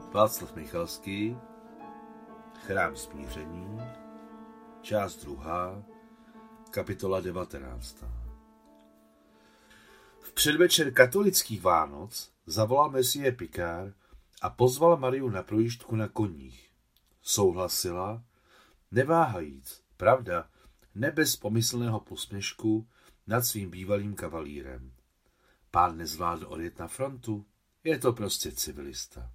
Václav Michalský, Chrám smíření, část 2, kapitola 19. V předvečer katolických Vánoc zavolal Messie Picard a pozval Mariu na projížďku na koních. Souhlasila, neváhajíc, pravda, ne bez pomyslného posměšku nad svým bývalým kavalírem. Pán nezvládl odjet na frontu, je to prostě civilista.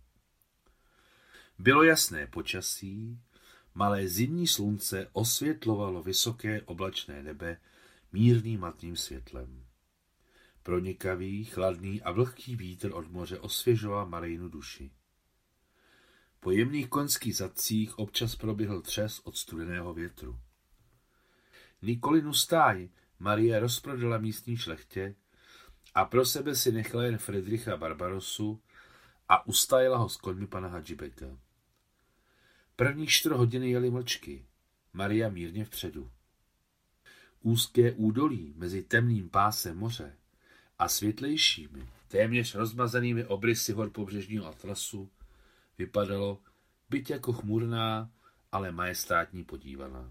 Bylo jasné počasí, malé zimní slunce osvětlovalo vysoké oblačné nebe mírným matným světlem. Pronikavý, chladný a vlhký vítr od moře osvěžoval Marijinu duši. Po jemných koňských zadcích občas proběhl třes od studeného větru. Nikolinu stáj Marie rozprodala místní šlechtě a pro sebe si nechala jen Friedricha Barbarosu a ustájela ho s koňmi pana Hadžibeka. První 4 hodiny jeli mlčky, Maria mírně vpředu. Úzké údolí mezi temným pásem moře a světlejšími, téměř rozmazanými obrysy hor pobřežního atlasu vypadalo, byť jako chmurná, ale majestátní podívaná.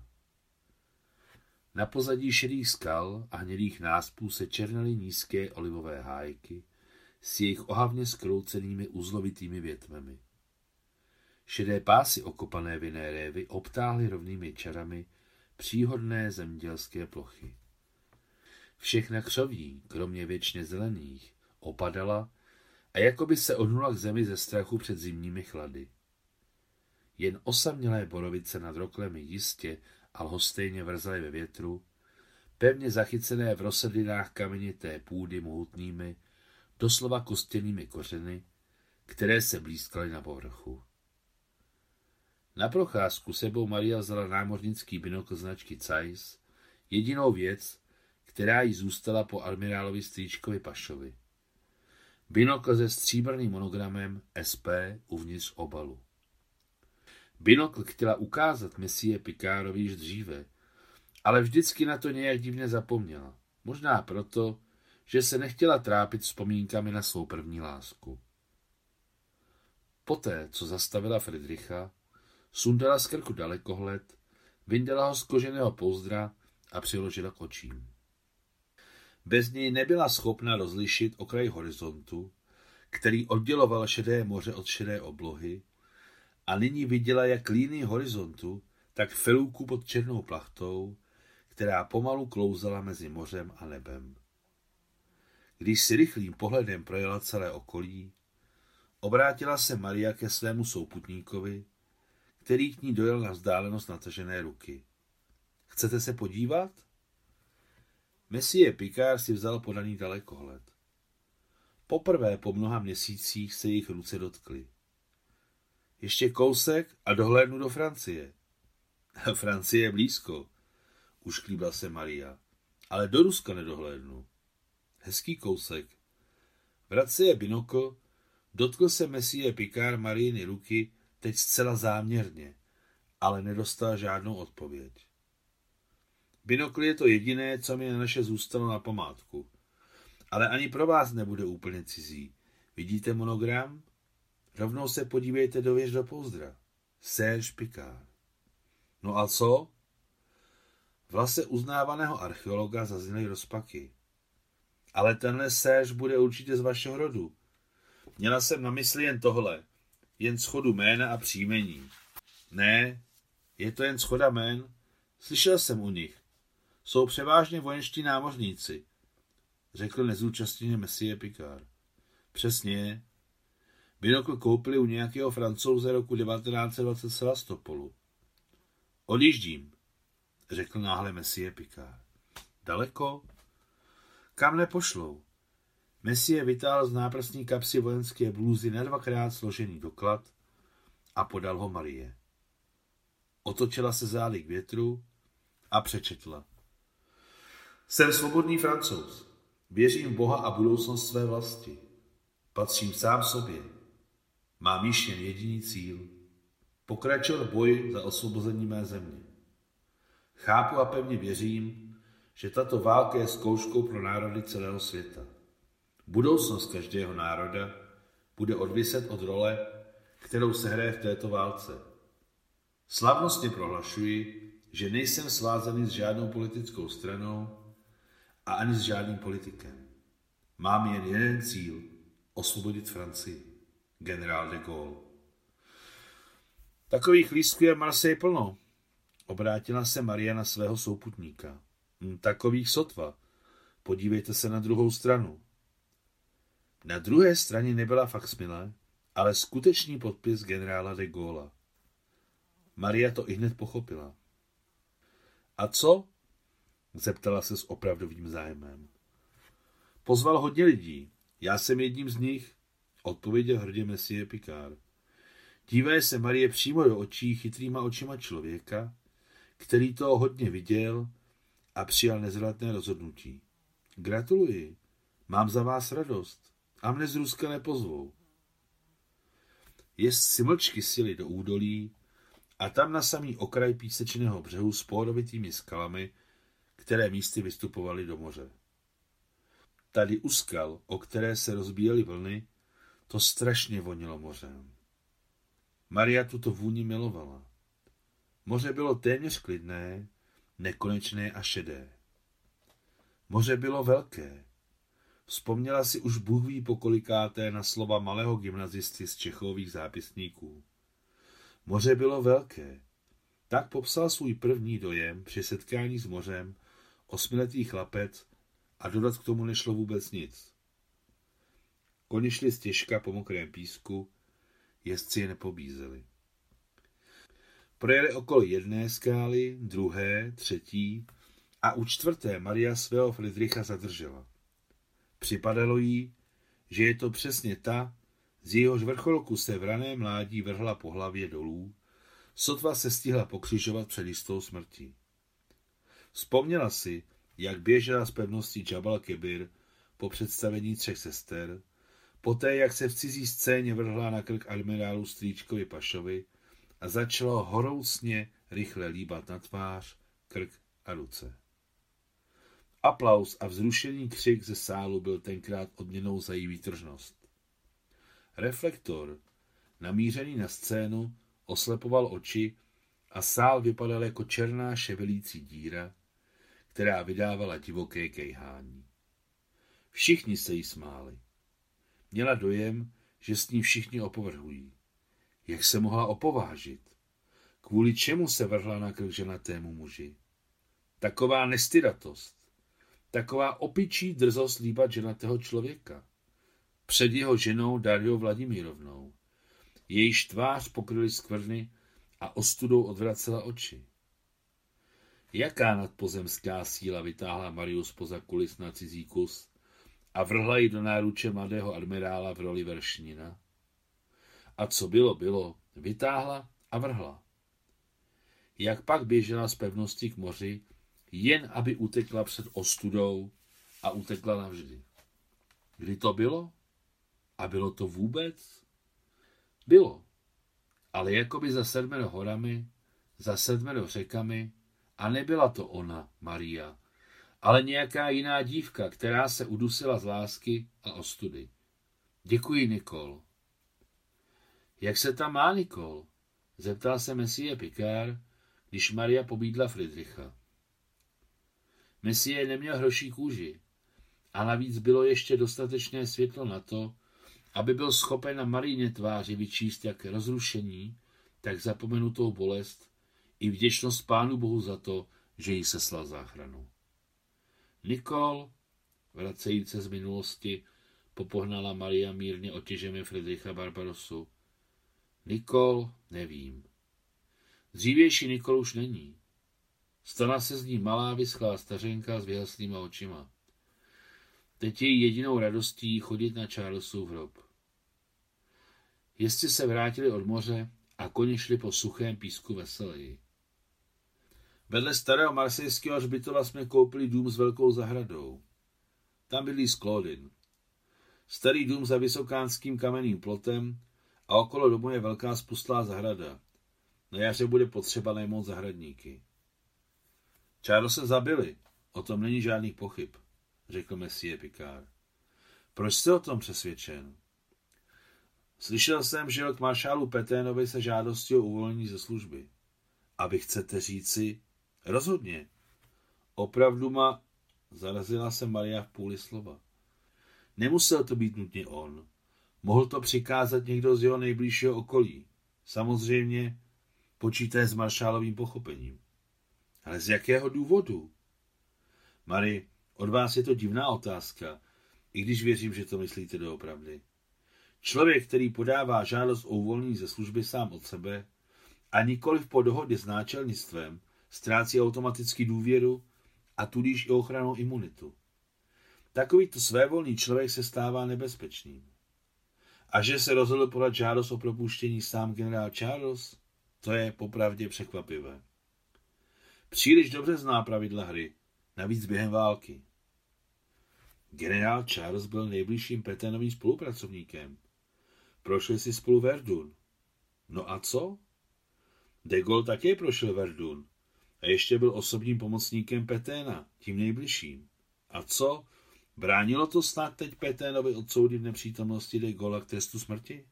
Na pozadí šedých skal a hnědých náspů se černaly nízké olivové hájky s jejich ohavně skroucenými uzlovitými větvemi. Šedé pásy okopané vinné révy obtáhly rovnými čarami příhodné zemědělské plochy. Všechna křoví, kromě věčně zelených, opadala a jakoby se ohnula k zemi ze strachu před zimními chlady. Jen osamělé borovice nad roklemi jistě a lhostejně vrzaly ve větru, pevně zachycené v rozsedlinách kamenité půdy mohutnými, doslova kostěnými kořeny, které se blýskaly na povrchu. Na procházku sebou Maria vzala námořnický binokl značky Zeiss, jedinou věc, která jí zůstala po admirálovi strýčkovi Pašovi. Binokl se stříbrným monogramem SP uvnitř obalu. Binokl chtěla ukázat Messie Picardovi již dříve, ale vždycky na to nějak divně zapomněla. Možná proto, že se nechtěla trápit vzpomínkami na svou první lásku. Poté, co zastavila Friedricha, sundala z krku dalekohled, vyndala ho z koženého pouzdra a přiložila k očím. Bez něj nebyla schopna rozlišit okraj horizontu, který odděloval šedé moře od šedé oblohy, a nyní viděla jak líny horizontu, tak felůku pod černou plachtou, která pomalu klouzala mezi mořem a nebem. Když si rychlým pohledem projela celé okolí, obrátila se Maria ke svému souputníkovi, který k ní dojel na vzdálenost natažené ruky. Chcete se podívat? Messie Picard si vzal podaný dalekohled. Poprvé po mnoha měsících se jejich ruce dotkly. Ještě kousek a dohlédnu do Francie. Francie je blízko, ušklíbla se Maria, ale do Ruska nedohlédnu. Hezký kousek. Vracie binokl, dotkl se Messie Picard Marijiny ruky teď zcela záměrně, ale nedostal žádnou odpověď. Binokl je to jediné, co mi na naše zůstalo na památku. Ale ani pro vás nebude úplně cizí. Vidíte monogram? Rovnou se podívejte dověř do pouzdra. Serge Picard. No a co? V hlase uznávaného archeologa zazněly rozpaky. Ale tenhle Serge bude určitě z vašeho rodu. Měla jsem na mysli jen tohle. Jen schodu jména a příjmení. Ne, je to jen schoda jmén. Slyšel jsem u nich. Jsou převážně vojenští námořníci, řekl nezúčastněně Messie Picard. Přesně. Binokl koupili u nějakého Francouze roku 1920 v Sevastopolu. Odjíždím, řekl náhle Messie Picard. Daleko? Kam nepošlou? Messie vytáhl z náprstní kapsy vojenské blůzy na 2krát složený doklad a podal ho Marie. Otočila se zády k větru a přečetla. Jsem svobodný Francouz. Věřím v Boha a budoucnost své vlasti. Patřím sám sobě. Mám již jen jediný cíl. Pokračovat boj za osvobození mé země. Chápu a pevně věřím, že tato válka je zkouškou pro národy celého světa. Budoucnost každého národa bude odviset od role, kterou se hraje v této válce. Slavnostně prohlašuji, že nejsem svázaný s žádnou politickou stranou a ani s žádným politikem. Mám jen jeden cíl – osvobodit Francii. Generál de Gaulle. Takových lístků je v Marseille plno. Obrátila se Maria na svého souputníka. Takových sotva. Podívejte se na druhou stranu. Na druhé straně nebyla faxmile, ale skutečný podpis generála de Gaulle. Maria to ihned pochopila. A co? Zeptala se s opravdovým zájmem. Pozval hodně lidí. Já jsem jedním z nich, odpověděl hrdě Monsieur Picard. Dívaje se Marie přímo do očí chytrýma očima člověka, který toho hodně viděl a přijal nezvratné rozhodnutí. Gratuluji, mám za vás radost a mne z Ruska nepozvou. Jezdci mlčky sjeli do údolí a tam na samý okraj písečného břehu s pórovitými skalami, které místy vystupovaly do moře. Tady u skal, o které se rozbíjely vlny, to strašně vonilo mořem. Maria tuto vůni milovala. Moře bylo téměř klidné, nekonečné a šedé. Moře bylo velké. Vzpomněla si už Bůh ví pokolikáté na slova malého gymnazisty z Čechových zápisníků. Moře bylo velké. Tak popsal svůj první dojem při setkání s mořem 8letý chlapec a dodat k tomu nešlo vůbec nic. Koni šli stěžka po mokrém písku, jezdci je nepobízeli. Projeli okolo jedné skály, druhé, třetí a u čtvrté Maria svého Friedricha zadržela. Připadalo jí, že je to přesně ta, z jejíhož vrcholku se v rané mládí vrhla po hlavě dolů, sotva se stihla pokřižovat před jistou smrtí. Vzpomněla si, jak běžela z pevnosti Jabal Kebir po představení 3 sester, poté jak se v cizí scéně vrhla na krk admirálu Strýčkovi Pašovi a začala horoucně rychle líbat na tvář, krk a ruce. Aplaus a vzrušený křik ze sálu byl tenkrát odměnou za její výtržnost. Reflektor, namířený na scénu, oslepoval oči a sál vypadal jako černá ševelící díra, která vydávala divoké kejhání. Všichni se jí smáli. Měla dojem, že s ní všichni opovrhují. Jak se mohla opovážit? Kvůli čemu se vrhla na krk ženatému muži? Taková nestydatost. Taková opičí drzost líbat ženatého člověka. Před jeho ženou Dariou Vladimírovnou. Jejíž tvář pokryly skvrny a ostudou odvracela oči. Jaká nadpozemská síla vytáhla Mariu spoza kulis na cizí kus a vrhla ji do náruče mladého admirála v roli veršnina? A co bylo, vytáhla a vrhla. Jak pak běžela z pevnosti k moři, jen aby utekla před ostudou a utekla navždy. Kdy to bylo? A bylo to vůbec? Bylo, ale jakoby za 7 horami, za 7 řekami, a nebyla to ona, Maria, ale nějaká jiná dívka, která se udusila z lásky a ostudy. Děkuji, Nikol. Jak se tam má, Nikol? Zeptal se Monsieur Picard, když Maria pobídla Friedricha. Monsieur neměl hroší kůži a navíc bylo ještě dostatečné světlo na to, aby byl schopen na Mariině tváři vyčíst jak rozrušení, tak zapomenutou bolest i vděčnost Pánu Bohu za to, že jí seslal záchranu. Nikol, vracejíce z minulosti, popohnala Maria mírně otěžemi Friedricha Barbarosu. Nikol, nevím. Dřívější Nikol už není. Stala se z ní malá vyschlá stařenka s vyhaslýma očima. Teď je jedinou radostí chodit na Charlesův hrob. Jezdci se vrátili od moře a koni šli po suchém písku veseleji. Vedle starého marsejského hřbitova jsme koupili dům s velkou zahradou. Tam bydlí Claudine. Starý dům za vysokánským kamenným plotem a okolo domu je velká spustlá zahrada. Na jaře bude potřeba najmout zahradníky. Charlese zabili, o tom není žádných pochyb, řekl Monsieur Picard. Proč jste o tom přesvědčen? Slyšel jsem, že jel k maršálu Pétainovi se žádostí o uvolnění ze služby. A vy chcete říci? Rozhodně. Opravdu zarazila se Maria v půli slova. Nemusel to být nutně on. Mohl to přikázat někdo z jeho nejbližšího okolí. Samozřejmě počítaje s maršálovým pochopením. Ale z jakého důvodu? Mary, od vás je to divná otázka, i když věřím, že to myslíte doopravdy. Člověk, který podává žádost o uvolnění ze služby sám od sebe a nikoliv po dohodě s náčelnictvem, ztrácí automaticky důvěru a tudíž i ochrannou imunitu. Takovýto svévolný člověk se stává nebezpečným. A že se rozhodl podat žádost o propuštění sám generál Charles, to je popravdě překvapivé. Příliš dobře zná pravidla hry, navíc během války. Generál Charles byl nejbližším Pétainovým spolupracovníkem. Prošli si spolu Verdun. No a co? De Gaulle také prošel Verdun a ještě byl osobním pomocníkem Pétaina, tím nejbližším. A co? Bránilo to snad teď Pétainovi odsoudit v nepřítomnosti de Gaulle k trestu smrti?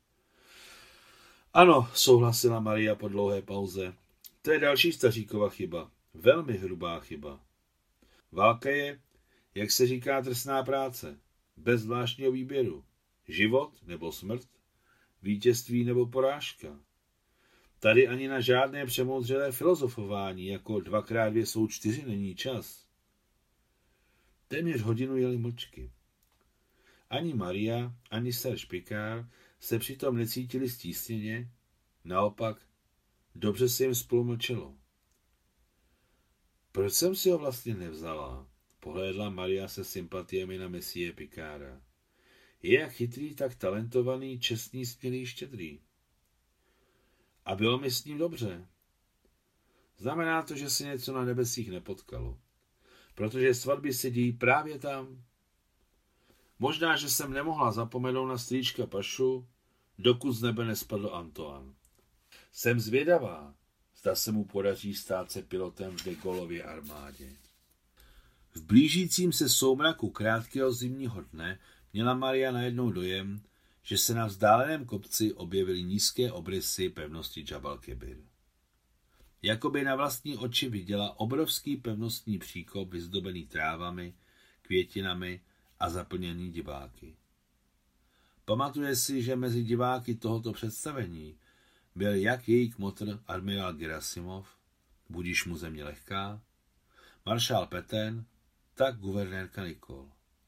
Ano, souhlasila Maria po dlouhé pauze. To je další staříkova chyba. Velmi hrubá chyba. Válka je, jak se říká, trestná práce. Bez zvláštního výběru. Život nebo smrt, vítězství nebo porážka. Tady ani na žádné přemoudřelé filozofování, jako 2x2 jsou 4, není čas. Téměř hodinu jeli mlčky. Ani Maria, ani Serge Picard se přitom necítili stísněně, naopak, dobře se jim spolu mlčelo. Proč jsem si ho vlastně nevzala? Pohlédla Maria se sympatiemi na Messie Picarda. Je jak chytrý, tak talentovaný, čestný, smělý, štědrý. A bylo mi s ním dobře. Znamená to, že se něco na nebesích nepotkalo. Protože svatby se dějí právě tam. Možná, že jsem nemohla zapomenout na strýčka Pašu, dokud z nebe nespadl Antoine. Jsem zvědavá, zda se mu podaří stát se pilotem v de Gaullově armádě. V blížícím se soumraku krátkého zimního dne měla Maria najednou dojem, že se na vzdáleném kopci objevily nízké obrysy pevnosti Jabal Kebir. Jakoby na vlastní oči viděla obrovský pevnostní příkop vyzdobený trávami, květinami a zaplněný diváky. Pamatuje si, že mezi diváky tohoto představení byl jak její kmotr admirál Gerasimov, budiž mu země lehká, maršál Pétain, tak guvernérka Nicole.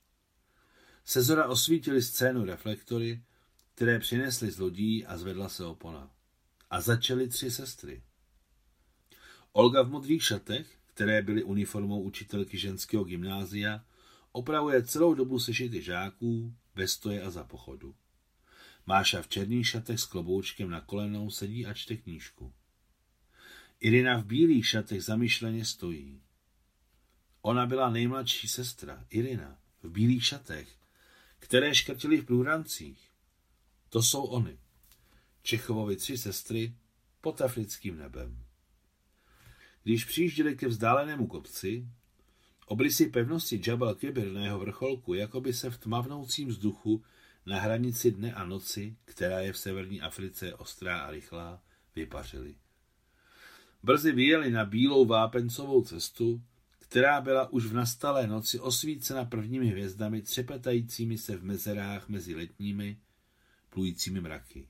Se zora osvítily scénu reflektory, které přinesly z lodí a zvedla se opona. A začaly 3 sestry. Olga v modrých šatech, které byly uniformou učitelky ženského gymnázia, opravuje celou dobu sešity žáků, ve stoje a za pochodu. Máša v černých šatech s kloboučkem na kolenou sedí a čte knížku. Irina v bílých šatech zamyšleně stojí. Ona byla nejmladší sestra, Irina, v bílých šatech, které škrtily v průrancích. To jsou ony, Čechovovi 3 sestry pod africkým nebem. Když přijížděli ke vzdálenému kopci, obrysy pevnosti Jabal Kebir na jeho vrcholku jakoby se v tmavnoucím vzduchu na hranici dne a noci, která je v severní Africe ostrá a rychlá, vypařily. Brzy vyjeli na bílou vápencovou cestu, která byla už v nastalé noci osvícena prvními hvězdami třepetajícími se v mezerách mezi letními, plujícími mraky.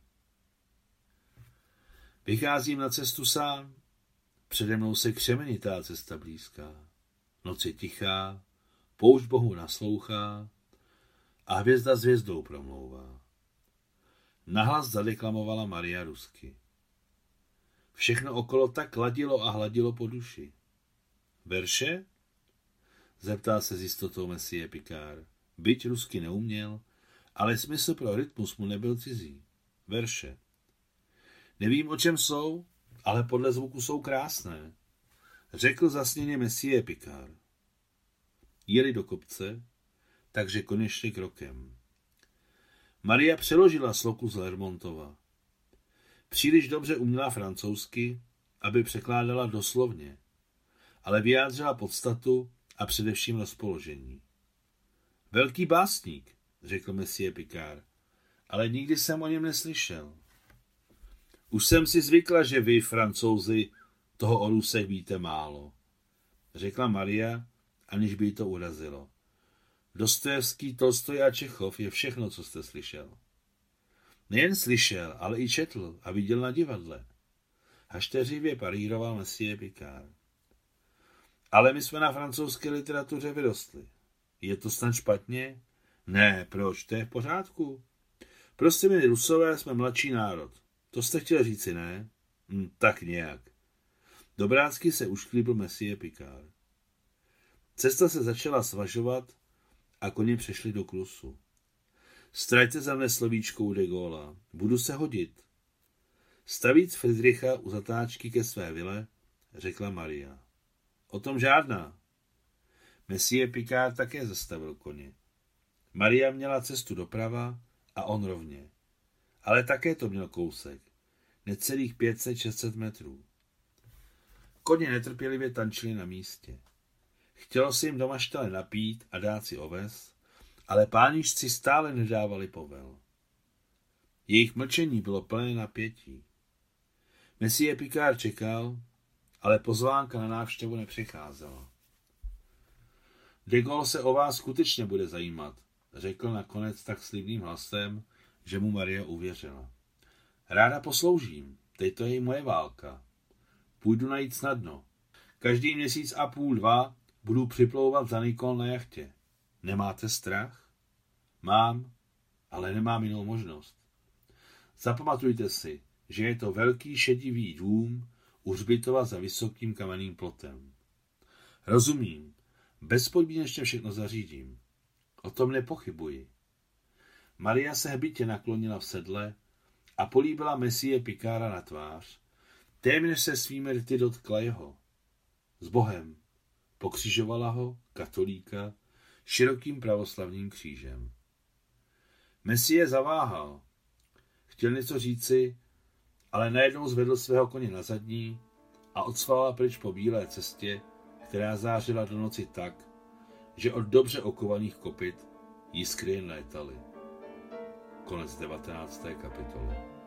Vycházím na cestu sám. Přede mnou se křemenitá cesta blízká. Noc je tichá, poušť Bohu naslouchá a hvězda s hvězdou promlouvá. Nahlas zadeklamovala Maria rusky. Všechno okolo tak ladilo a hladilo po duši. Verše? Zeptal se s jistotou Messie Picard. Byť rusky neuměl, ale smysl pro rytmus mu nebyl cizí. Verše. Nevím, o čem jsou, ale podle zvuku jsou krásné, řekl zasněně Messie Picard. Jeli do kopce, takže konečně krokem. Maria přeložila sloku z Lermontova. Příliš dobře uměla francouzsky, aby překládala doslovně, ale vyjádřila podstatu a především rozpoložení. Velký básník, řekl Messie Picard, ale nikdy jsem o něm neslyšel. Už jsem si zvykla, že vy, Francouzi, toho o Rusech víte málo, řekla Maria, aniž by jí to urazilo. Dostojevský, Tolstoj a Čechov je všechno, co jste slyšel. Nejen slyšel, ale i četl a viděl na divadle. Hašteřivě paríroval Monsieur Picard. Ale my jsme na francouzské literatuře vyrostli. Je to snad špatně? Ne, proč? To je v pořádku. Prostě my Rusové jsme mladší národ. To jste chtěl říci, ne? Tak nějak. Dobrácky se ušklíbil Monsieur Picard. Cesta se začala svažovat a koně přešli do klusu. Straťte za mne slovíčko u de Gaulle'a. Budu se hodit. Stavíc Friedricha u zatáčky ke své vile, řekla Maria. O tom žádná. Monsieur Picard také zastavil koně. Maria měla cestu doprava a on rovně. Ale také to měl kousek. Necelých 500-600 metrů. Koně netrpělivě tančili na místě. Chtělo se jim do maštale napít a dát si oves, ale páničci stále nedávali povel. Jejich mlčení bylo plné napětí. Monsieur Picard čekal, ale pozvánka na návštěvu nepřicházela. De Gaulle se o vás skutečně bude zajímat, řekl nakonec tak slibným hlasem, že mu Maria uvěřila. Ráda posloužím, teď to je moje válka. Půjdu najít snadno. Každý měsíc a půl, 2 budu připlouvat za Nikol na jachtě. Nemáte strach? Mám, ale nemám jinou možnost. Zapamatujte si, že je to velký šedivý dům u hřbitova za vysokým kamenným plotem. Rozumím, bezpodmínečně všechno zařídím. O tom nepochybuji. Maria se hbitě naklonila v sedle a políbila Monsieur Picarda na tvář, téměř se svými rty dotkla jeho. S Bohem. Pokřižovala ho, katolíka, širokým pravoslavným křížem. Monsieur zaváhal. Chtěl něco říci, ale najednou zvedl svého koně na zadní a odsvala pryč po bílé cestě, která zářila do noci tak, že od dobře okovaných kopyt jiskry jen létaly. Konec 19. kapitoly.